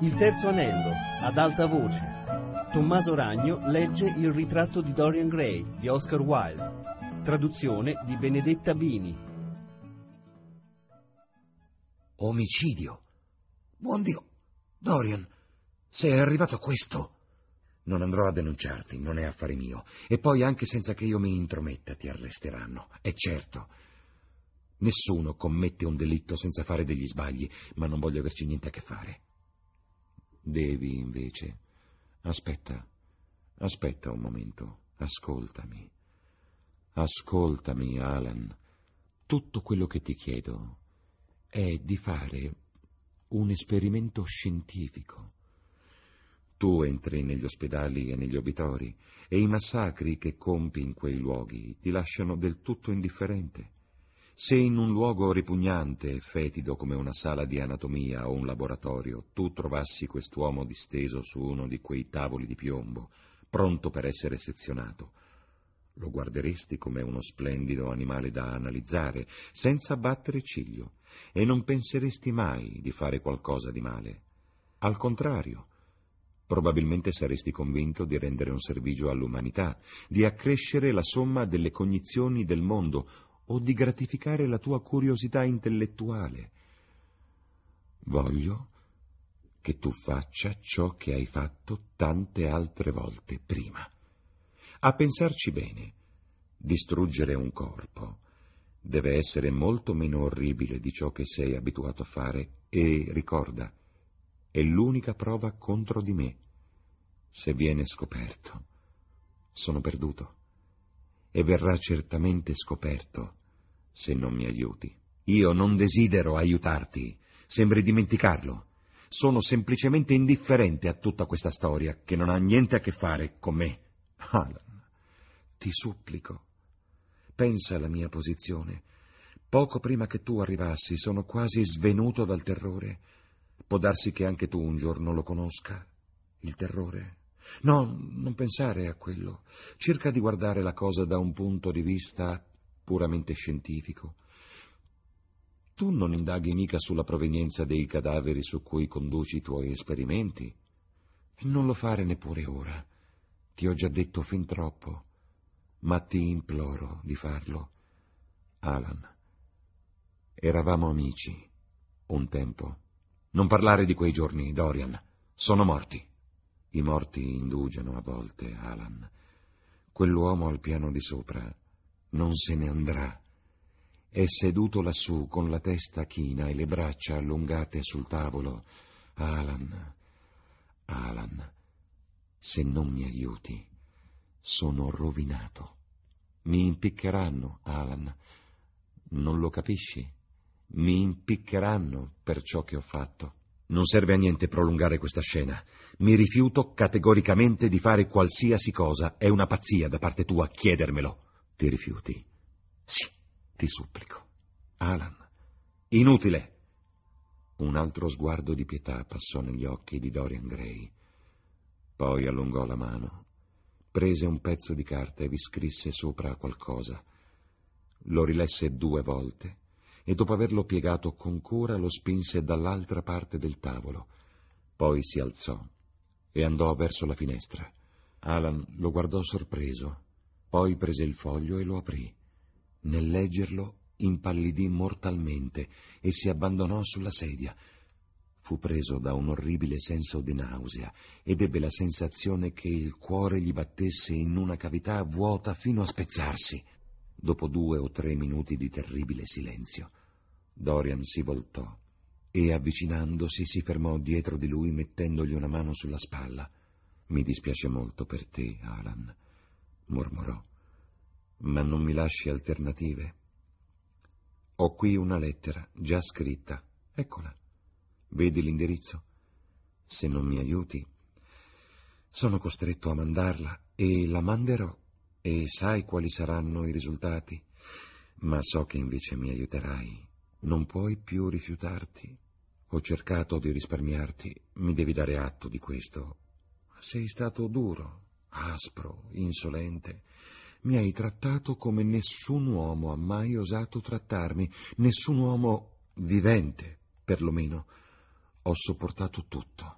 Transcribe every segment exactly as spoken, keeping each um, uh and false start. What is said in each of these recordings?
Il terzo anello, ad alta voce. Tommaso Ragno legge Il ritratto di Dorian Gray di Oscar Wilde. Traduzione di Benedetta Bini. Omicidio. Buon Dio. Dorian, se è arrivato a questo... Non andrò a denunciarti, non è affare mio. E poi, anche senza che io mi intrometta, ti arresteranno. È certo. Nessuno commette un delitto senza fare degli sbagli, ma non voglio averci niente a che fare. Devi, invece... Aspetta, aspetta un momento, ascoltami. Ascoltami, Alan. Tutto quello che ti chiedo è di fare un esperimento scientifico. Tu entri negli ospedali e negli obitori e i massacri che compi in quei luoghi ti lasciano del tutto indifferente. Se in un luogo ripugnante e fetido come una sala di anatomia o un laboratorio tu trovassi quest'uomo disteso su uno di quei tavoli di piombo, pronto per essere sezionato, lo guarderesti come uno splendido animale da analizzare, senza battere ciglio, e non penseresti mai di fare qualcosa di male. Al contrario, probabilmente saresti convinto di rendere un servigio all'umanità, di accrescere la somma delle cognizioni del mondo o di gratificare la tua curiosità intellettuale. Voglio che tu faccia ciò che hai fatto tante altre volte prima. A pensarci bene, distruggere un corpo deve essere molto meno orribile di ciò che sei abituato a fare e, ricorda, è l'unica prova contro di me. Se viene scoperto, sono perduto. E verrà certamente scoperto se non mi aiuti. Io non desidero aiutarti, sembri dimenticarlo. Sono semplicemente indifferente a tutta questa storia che non ha niente a che fare con me. Alan, ti supplico, pensa alla mia posizione. Poco prima che tu arrivassi sono quasi svenuto dal terrore. Può darsi che anche tu un giorno lo conosca, il terrore. No, non pensare a quello. Cerca di guardare la cosa da un punto di vista puramente scientifico. Tu non indaghi mica sulla provenienza dei cadaveri su cui conduci i tuoi esperimenti. Non lo fare neppure ora. Ti ho già detto fin troppo, ma ti imploro di farlo. Alan, eravamo amici un tempo. Non parlare di quei giorni, Dorian. Sono morti. I morti indugiano a volte, Alan. Quell'uomo al piano di sopra non se ne andrà. È seduto lassù con la testa china e le braccia allungate sul tavolo. Alan, Alan, se non mi aiuti, sono rovinato. Mi impiccheranno, Alan. Non lo capisci? Mi impiccheranno per ciò che ho fatto. Non serve a niente prolungare questa scena. Mi rifiuto categoricamente di fare qualsiasi cosa. È una pazzia da parte tua chiedermelo. Ti rifiuti? Sì, ti supplico. Alan, inutile. Un altro sguardo di pietà passò negli occhi di Dorian Gray. Poi allungò la mano, prese un pezzo di carta e vi scrisse sopra qualcosa. Lo rilesse due volte e dopo averlo piegato con cura lo spinse dall'altra parte del tavolo. Poi si alzò e andò verso la finestra. Alan lo guardò sorpreso, poi prese il foglio e lo aprì. Nel leggerlo impallidì mortalmente e si abbandonò sulla sedia. Fu preso da un orribile senso di nausea ed ebbe la sensazione che il cuore gli battesse in una cavità vuota fino a spezzarsi. Dopo due o tre minuti di terribile silenzio, Dorian si voltò e, avvicinandosi, si fermò dietro di lui mettendogli una mano sulla spalla. «Mi dispiace molto per te, Alan», mormorò, «ma non mi lasci alternative? Ho qui una lettera già scritta, eccola. Vedi l'indirizzo? Se non mi aiuti, sono costretto a mandarla e la manderò. E sai quali saranno i risultati, ma so che invece mi aiuterai. Non puoi più rifiutarti. Ho cercato di risparmiarti, mi devi dare atto di questo. Sei stato duro, aspro, insolente. Mi hai trattato come nessun uomo ha mai osato trattarmi, nessun uomo vivente, perlomeno. Ho sopportato tutto.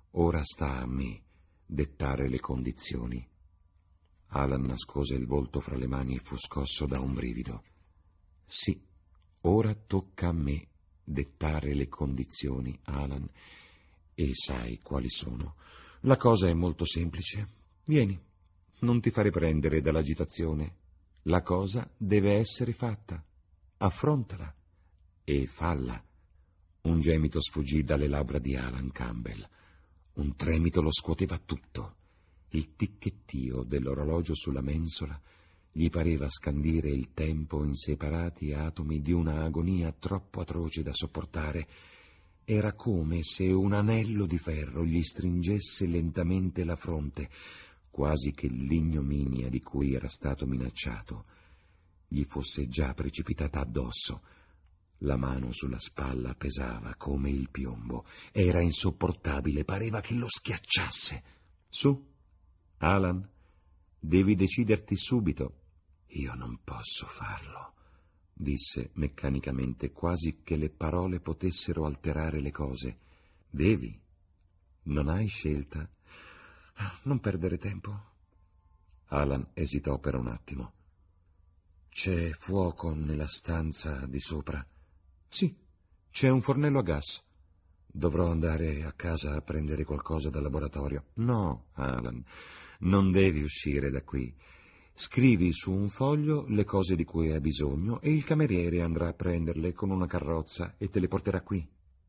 Ora sta a me dettare le condizioni. Alan nascose il volto fra le mani e fu scosso da un brivido. Sì, ora tocca a me dettare le condizioni, Alan, e sai quali sono. La cosa è molto semplice. Vieni, non ti fare prendere dall'agitazione. La cosa deve essere fatta. Affrontala e falla. Un gemito sfuggì dalle labbra di Alan Campbell. Un tremito lo scuoteva tutto. Il ticchettio dell'orologio sulla mensola gli pareva scandire il tempo in separati atomi di una agonia troppo atroce da sopportare. Era come se un anello di ferro gli stringesse lentamente la fronte, quasi che l'ignominia di cui era stato minacciato gli fosse già precipitata addosso. La mano sulla spalla pesava come il piombo. Era insopportabile, pareva che lo schiacciasse. Su, Alan, devi deciderti subito. Io non posso farlo, disse meccanicamente, quasi che le parole potessero alterare le cose. Devi. Non hai scelta. Non perdere tempo. Alan esitò per un attimo. C'è fuoco nella stanza di sopra? Sì, c'è un fornello a gas. Dovrò andare a casa a prendere qualcosa dal laboratorio. No, Alan, non devi uscire da qui. Scrivi su un foglio le cose di cui hai bisogno e il cameriere andrà a prenderle con una carrozza e te le porterà qui.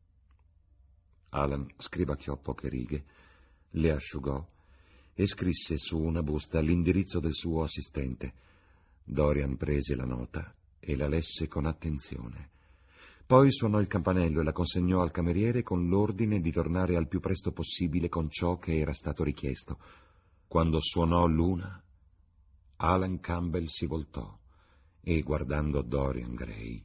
Alan scribacchiò poche righe, le asciugò e scrisse su una busta l'indirizzo del suo assistente. Dorian prese la nota e la lesse con attenzione. Poi suonò il campanello e la consegnò al cameriere con l'ordine di tornare al più presto possibile con ciò che era stato richiesto. Quando suonò l'una, Alan Campbell si voltò e, guardando Dorian Gray,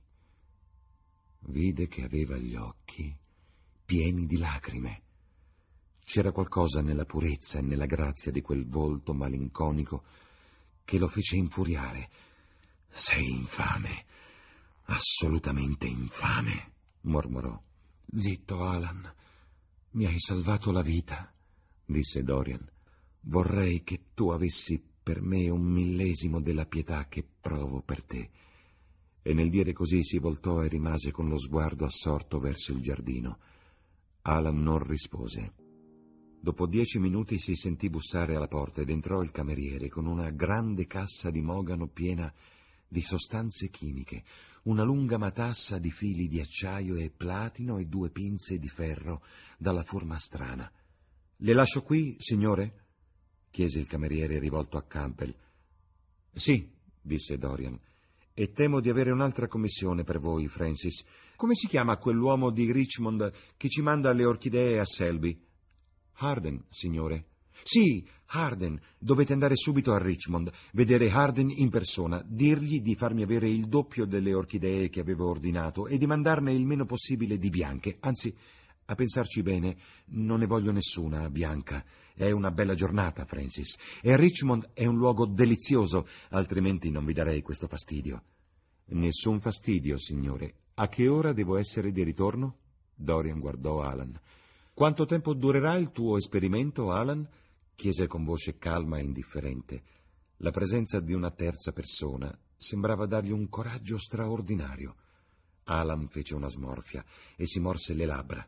vide che aveva gli occhi pieni di lacrime. C'era qualcosa nella purezza e nella grazia di quel volto malinconico che lo fece infuriare. «Sei infame, assolutamente infame», mormorò. «Zitto, Alan, mi hai salvato la vita», disse Dorian. «Vorrei che tu avessi per me un millesimo della pietà che provo per te». E nel dire così si voltò e rimase con lo sguardo assorto verso il giardino. Alan non rispose. Dopo dieci minuti si sentì bussare alla porta ed entrò il cameriere con una grande cassa di mogano piena di sostanze chimiche, una lunga matassa di fili di acciaio e platino e due pinze di ferro dalla forma strana. «Le lascio qui, signore?» chiese il cameriere rivolto a Campbell. «Sì», disse Dorian, «e temo di avere un'altra commissione per voi, Francis. Come si chiama quell'uomo di Richmond che ci manda le orchidee a Selby?» «Harden, signore». «Sì, Harden. Dovete andare subito a Richmond, vedere Harden in persona, dirgli di farmi avere il doppio delle orchidee che avevo ordinato e di mandarne il meno possibile di bianche. Anzi, a pensarci bene, non ne voglio nessuna bianca. È una bella giornata, Francis, e Richmond è un luogo delizioso, altrimenti non vi darei questo fastidio». «Nessun fastidio, signore. A che ora devo essere di ritorno?» Dorian guardò Alan. «Quanto tempo durerà il tuo esperimento, Alan?» chiese con voce calma e indifferente. La presenza di una terza persona sembrava dargli un coraggio straordinario. Alan fece una smorfia e si morse le labbra.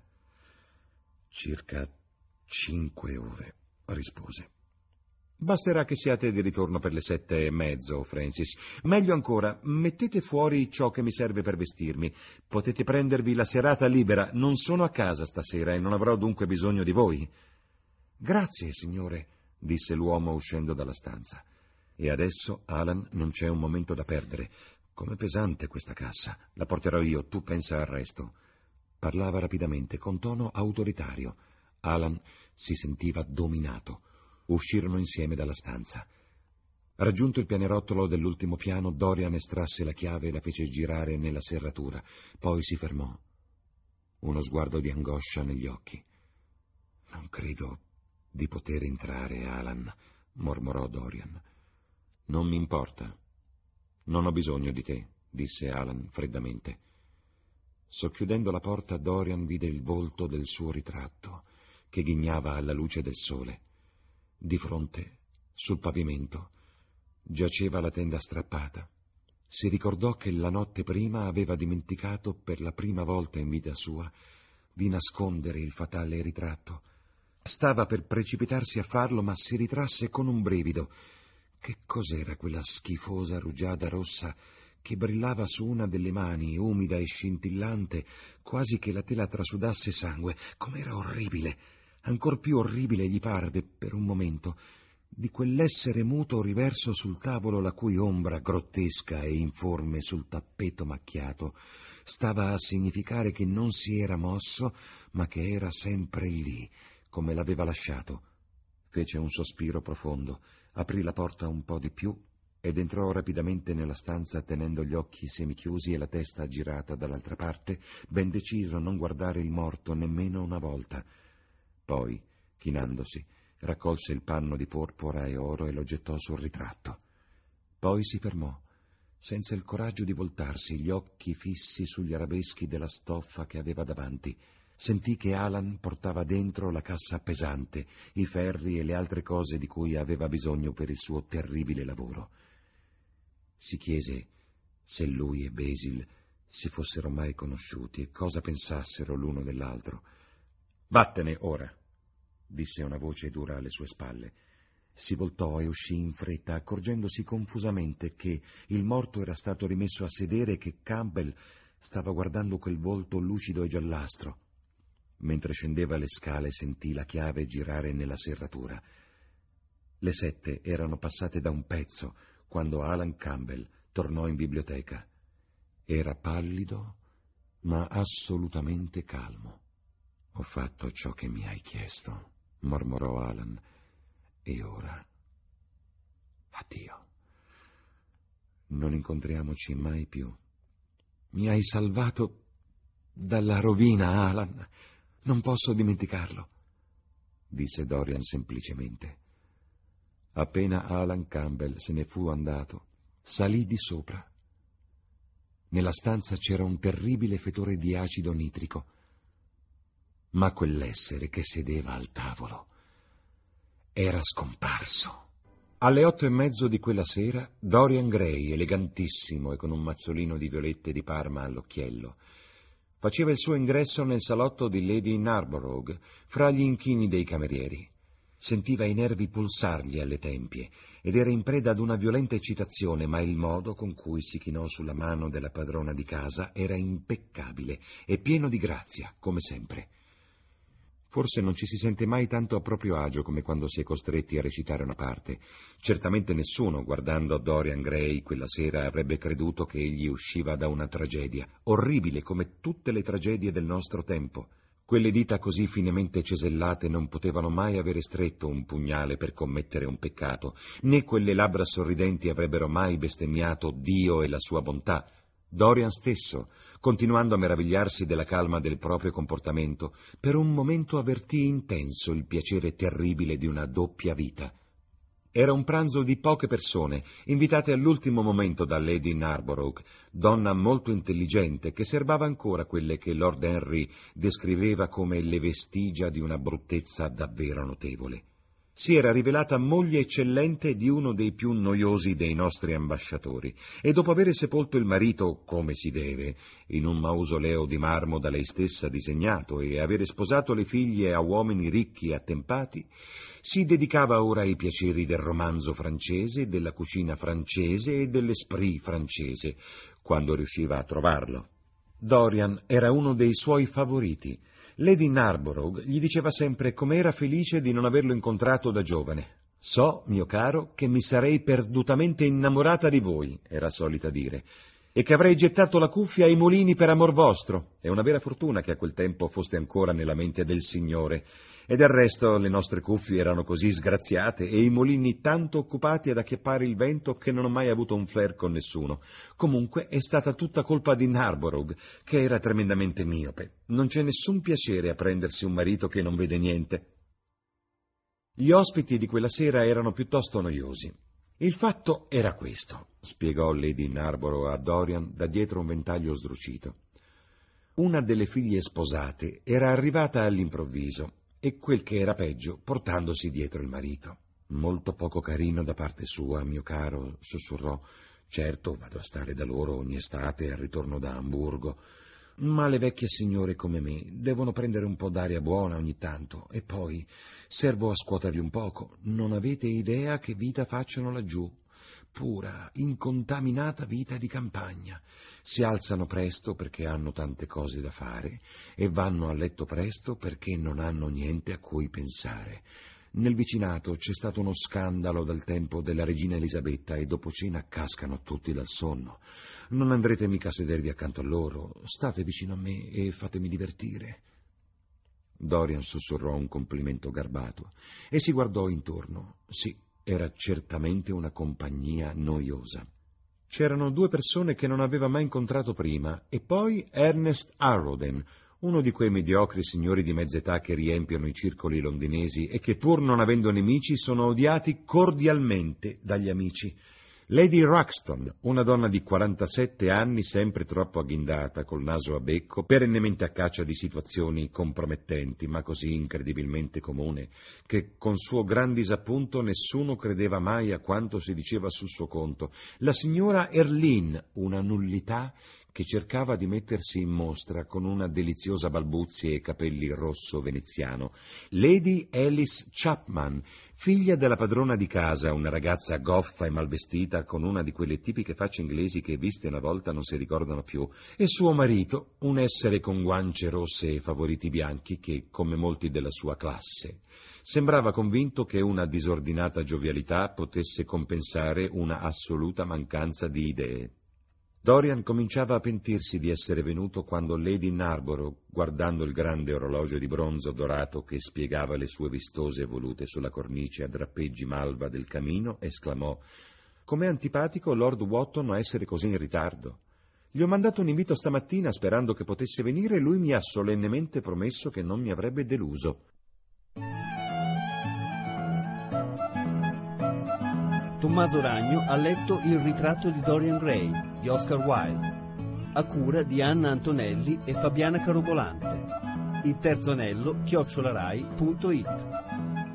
«Circa cinque ore», rispose. «Basterà che siate di ritorno per le sette e mezzo, Francis. Meglio ancora, mettete fuori ciò che mi serve per vestirmi. Potete prendervi la serata libera. Non sono a casa stasera e non avrò dunque bisogno di voi». «Grazie, signore», disse l'uomo uscendo dalla stanza. «E adesso, Alan, non c'è un momento da perdere. Com'è pesante questa cassa. La porterò io, tu pensa al resto». Parlava rapidamente, con tono autoritario. Alan si sentiva dominato. Uscirono insieme dalla stanza. Raggiunto il pianerottolo dell'ultimo piano, Dorian estrasse la chiave e la fece girare nella serratura. Poi si fermò, uno sguardo di angoscia negli occhi. «Non credo di poter entrare, Alan», mormorò Dorian. «Non mi importa. Non ho bisogno di te», disse Alan freddamente. Socchiudendo la porta, Dorian vide il volto del suo ritratto, che ghignava alla luce del sole. Di fronte, sul pavimento, giaceva la tenda strappata. Si ricordò che la notte prima aveva dimenticato per la prima volta in vita sua di nascondere il fatale ritratto. Stava per precipitarsi a farlo, ma si ritrasse con un brivido. Che cos'era quella schifosa rugiada rossa che brillava su una delle mani, umida e scintillante, quasi che la tela trasudasse sangue? Com'era orribile! Ancor più orribile gli parve, per un momento, di quell'essere muto riverso sul tavolo, la cui ombra grottesca e informe sul tappeto macchiato stava a significare che non si era mosso, ma che era sempre lì, come l'aveva lasciato. Fece un sospiro profondo, aprì la porta un po' di più ed entrò rapidamente nella stanza tenendo gli occhi semichiusi e la testa girata dall'altra parte, ben deciso a non guardare il morto nemmeno una volta. Poi, chinandosi, raccolse il panno di porpora e oro e lo gettò sul ritratto. Poi si fermò, senza il coraggio di voltarsi, gli occhi fissi sugli arabeschi della stoffa che aveva davanti. Sentì che Alan portava dentro la cassa pesante, i ferri e le altre cose di cui aveva bisogno per il suo terribile lavoro. Si chiese se lui e Basil si fossero mai conosciuti e cosa pensassero l'uno dell'altro. «Vattene ora», disse una voce dura alle sue spalle. Si voltò e uscì in fretta, accorgendosi confusamente che il morto era stato rimesso a sedere e che Campbell stava guardando quel volto lucido e giallastro. Mentre scendeva le scale sentì la chiave girare nella serratura. Le sette erano passate da un pezzo quando Alan Campbell tornò in biblioteca. Era pallido, ma assolutamente calmo. «Ho fatto ciò che mi hai chiesto», mormorò Alan, «e ora addio. Non incontriamoci mai più. Mi hai salvato dalla rovina, Alan. Non posso dimenticarlo», disse Dorian semplicemente. Appena Alan Campbell se ne fu andato, salì di sopra. Nella stanza c'era un terribile fetore di acido nitrico, ma quell'essere che sedeva al tavolo era scomparso. Alle otto e mezzo di quella sera, Dorian Gray, elegantissimo e con un mazzolino di violette di Parma all'occhiello, faceva il suo ingresso nel salotto di Lady Narborough, fra gli inchini dei camerieri. Sentiva i nervi pulsargli alle tempie ed era in preda ad una violenta eccitazione, ma il modo con cui si chinò sulla mano della padrona di casa era impeccabile e pieno di grazia, come sempre. Forse non ci si sente mai tanto a proprio agio come quando si è costretti a recitare una parte. Certamente nessuno, guardando Dorian Gray quella sera, avrebbe creduto che egli usciva da una tragedia, orribile come tutte le tragedie del nostro tempo. Quelle dita così finemente cesellate non potevano mai avere stretto un pugnale per commettere un peccato, né quelle labbra sorridenti avrebbero mai bestemmiato Dio e la sua bontà. Dorian stesso, continuando a meravigliarsi della calma del proprio comportamento, per un momento avvertì intenso il piacere terribile di una doppia vita. Era un pranzo di poche persone, invitate all'ultimo momento da Lady Narborough, donna molto intelligente che serbava ancora quelle che Lord Henry descriveva come le vestigia di una bruttezza davvero notevole. Si era rivelata moglie eccellente di uno dei più noiosi dei nostri ambasciatori e dopo aver sepolto il marito, come si deve, in un mausoleo di marmo da lei stessa disegnato e avere sposato le figlie a uomini ricchi e attempati, si dedicava ora ai piaceri del romanzo francese, della cucina francese e dell'esprit francese, quando riusciva a trovarlo. Dorian era uno dei suoi favoriti. Lady Narborough gli diceva sempre come era felice di non averlo incontrato da giovane. «So, mio caro, che mi sarei perdutamente innamorata di voi», era solita dire, «e che avrei gettato la cuffia ai mulini per amor vostro. È una vera fortuna che a quel tempo foste ancora nella mente del Signore. E del resto le nostre cuffie erano così sgraziate e i mulini tanto occupati ad acchiappare il vento che non ho mai avuto un flair con nessuno. Comunque è stata tutta colpa di Narborough, che era tremendamente miope. Non c'è nessun piacere a prendersi un marito che non vede niente». Gli ospiti di quella sera erano piuttosto noiosi. «Il fatto era questo», spiegò Lady Narborough a Dorian da dietro un ventaglio sdrucito. Una delle figlie sposate era arrivata all'improvviso e, quel che era peggio, portandosi dietro il marito. «Molto poco carino da parte sua, mio caro», sussurrò. «Certo, vado a stare da loro ogni estate al ritorno da Amburgo, ma le vecchie signore come me devono prendere un po' d'aria buona ogni tanto, e poi servo a scuoterli un poco. Non avete idea che vita facciano laggiù. Pura, incontaminata vita di campagna. Si alzano presto perché hanno tante cose da fare e vanno a letto presto perché non hanno niente a cui pensare. Nel vicinato c'è stato uno scandalo dal tempo della regina Elisabetta e dopo cena cascano tutti dal sonno. Non andrete mica a sedervi accanto a loro. State vicino a me e fatemi divertire». Dorian sussurrò un complimento garbato e si guardò intorno. Sì, era certamente una compagnia noiosa. C'erano due persone che non aveva mai incontrato prima, e poi Ernest Arroden, uno di quei mediocri signori di mezza età che riempiono i circoli londinesi e che, pur non avendo nemici, sono odiati cordialmente dagli amici. Lady Ruxton, una donna di quarantasette anni, sempre troppo agghindata, col naso a becco, perennemente a caccia di situazioni compromettenti, ma così incredibilmente comune, che con suo gran disappunto nessuno credeva mai a quanto si diceva sul suo conto. La signora Erlin, una nullità che cercava di mettersi in mostra con una deliziosa balbuzie e capelli rosso veneziano. Lady Alice Chapman, figlia della padrona di casa, una ragazza goffa e malvestita con una di quelle tipiche facce inglesi che viste una volta non si ricordano più, e suo marito, un essere con guance rosse e favoriti bianchi che, come molti della sua classe, sembrava convinto che una disordinata giovialità potesse compensare una assoluta mancanza di idee. Dorian cominciava a pentirsi di essere venuto quando Lady Narborough, guardando il grande orologio di bronzo dorato che spiegava le sue vistose volute sulla cornice a drappeggi malva del camino, esclamò: «Com'è antipatico Lord Wotton a essere così in ritardo. Gli ho mandato un invito stamattina sperando che potesse venire e lui mi ha solennemente promesso che non mi avrebbe deluso». Tommaso Ragno ha letto Il ritratto di Dorian Gray di Oscar Wilde, a cura di Anna Antonelli e Fabiana Carobolante. Il terzo anello chiocciolarai punto it.